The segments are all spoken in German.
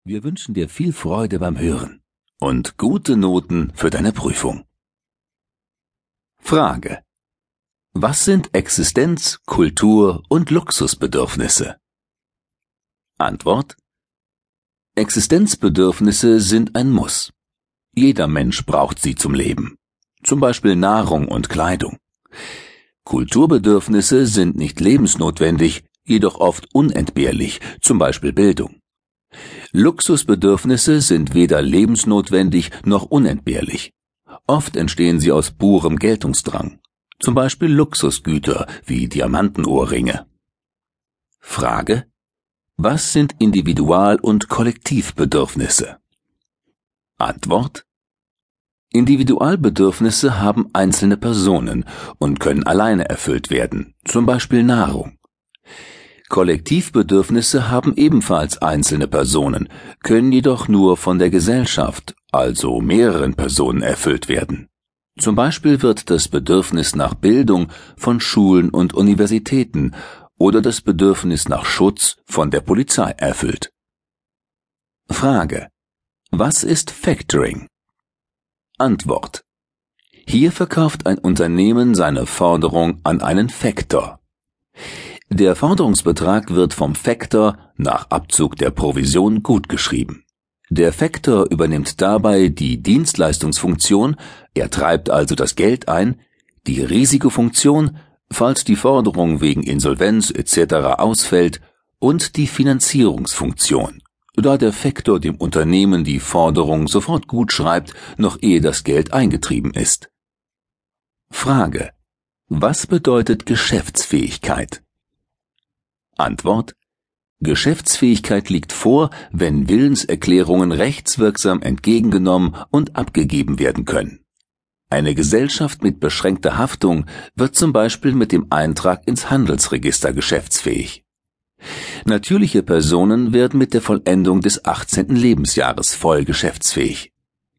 Wir wünschen dir viel Freude beim Hören und gute Noten für deine Prüfung. Frage: Was sind Existenz-, Kultur- und Luxusbedürfnisse? Antwort: Existenzbedürfnisse sind ein Muss. Jeder Mensch braucht sie zum Leben, zum Beispiel Nahrung und Kleidung. Kulturbedürfnisse sind nicht lebensnotwendig, jedoch oft unentbehrlich, zum Beispiel Bildung. Luxusbedürfnisse sind weder lebensnotwendig noch unentbehrlich. Oft entstehen sie aus purem Geltungsdrang, zum Beispiel Luxusgüter wie Diamantenohrringe. Frage: Was sind Individual- und Kollektivbedürfnisse? Antwort: Individualbedürfnisse haben einzelne Personen und können alleine erfüllt werden, zum Beispiel Nahrung. Kollektivbedürfnisse haben ebenfalls einzelne Personen, können jedoch nur von der Gesellschaft, also mehreren Personen, erfüllt werden. Zum Beispiel wird das Bedürfnis nach Bildung von Schulen und Universitäten oder das Bedürfnis nach Schutz von der Polizei erfüllt. Frage: Was ist Factoring? Antwort: Hier verkauft ein Unternehmen seine Forderung an einen Factor. Der Forderungsbetrag wird vom Factor nach Abzug der Provision gutgeschrieben. Der Factor übernimmt dabei die Dienstleistungsfunktion, er treibt also das Geld ein, die Risikofunktion, falls die Forderung wegen Insolvenz etc. ausfällt, und die Finanzierungsfunktion, da der Factor dem Unternehmen die Forderung sofort gutschreibt, noch ehe das Geld eingetrieben ist. Frage: Was bedeutet Geschäftsfähigkeit? Antwort: Geschäftsfähigkeit liegt vor, wenn Willenserklärungen rechtswirksam entgegengenommen und abgegeben werden können. Eine Gesellschaft mit beschränkter Haftung wird zum Beispiel mit dem Eintrag ins Handelsregister geschäftsfähig. Natürliche Personen werden mit der Vollendung des 18. Lebensjahres voll geschäftsfähig.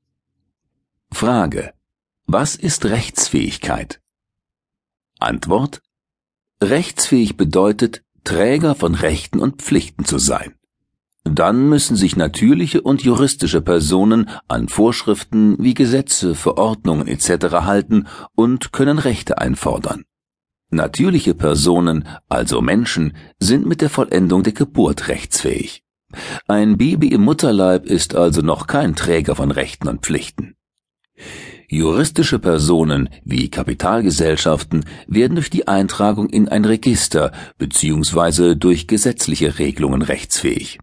Frage: Was ist Rechtsfähigkeit? Antwort: Rechtsfähig bedeutet, Träger von Rechten und Pflichten zu sein. Dann müssen sich natürliche und juristische Personen an Vorschriften wie Gesetze, Verordnungen etc. halten und können Rechte einfordern. Natürliche Personen, also Menschen, sind mit der Vollendung der Geburt rechtsfähig. Ein Baby im Mutterleib ist also noch kein Träger von Rechten und Pflichten. Juristische Personen wie Kapitalgesellschaften werden durch die Eintragung in ein Register bzw. durch gesetzliche Regelungen rechtsfähig.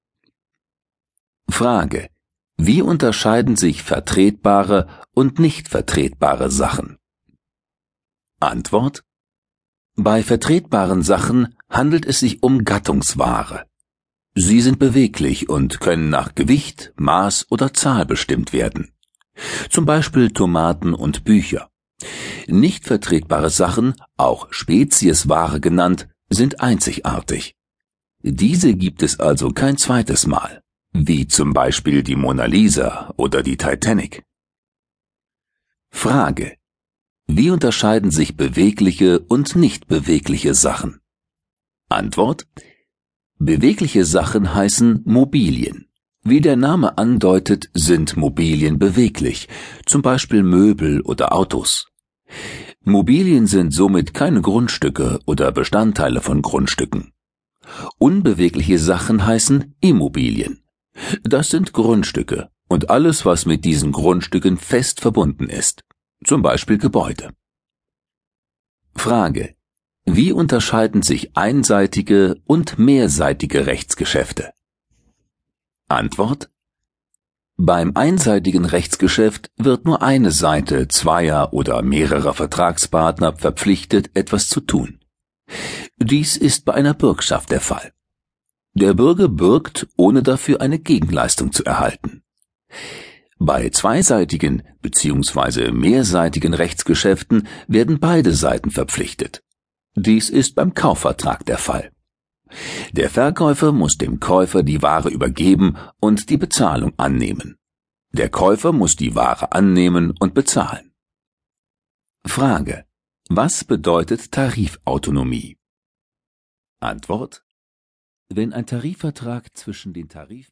Frage: Wie unterscheiden sich vertretbare und nicht vertretbare Sachen? Antwort: Bei vertretbaren Sachen handelt es sich um Gattungsware. Sie sind beweglich und können nach Gewicht, Maß oder Zahl bestimmt werden. Zum Beispiel Tomaten und Bücher. Nicht vertretbare Sachen, auch Speziesware genannt, sind einzigartig. Diese gibt es also kein zweites Mal, wie zum Beispiel die Mona Lisa oder die Titanic. Frage: Wie unterscheiden sich bewegliche und nicht bewegliche Sachen? Antwort: Bewegliche Sachen heißen Mobilien. Wie der Name andeutet, sind Mobilien beweglich, zum Beispiel Möbel oder Autos. Mobilien sind somit keine Grundstücke oder Bestandteile von Grundstücken. Unbewegliche Sachen heißen Immobilien. Das sind Grundstücke und alles, was mit diesen Grundstücken fest verbunden ist, zum Beispiel Gebäude. Frage: Wie unterscheiden sich einseitige und mehrseitige Rechtsgeschäfte? Antwort: Beim einseitigen Rechtsgeschäft wird nur eine Seite zweier oder mehrerer Vertragspartner verpflichtet, etwas zu tun. Dies ist bei einer Bürgschaft der Fall. Der Bürger bürgt, ohne dafür eine Gegenleistung zu erhalten. Bei zweiseitigen bzw. mehrseitigen Rechtsgeschäften werden beide Seiten verpflichtet. Dies ist beim Kaufvertrag der Fall. Der Verkäufer muss dem Käufer die Ware übergeben und die Bezahlung annehmen. Der Käufer muss die Ware annehmen und bezahlen. Frage: Was bedeutet Tarifautonomie? Antwort: Wenn ein Tarifvertrag zwischen den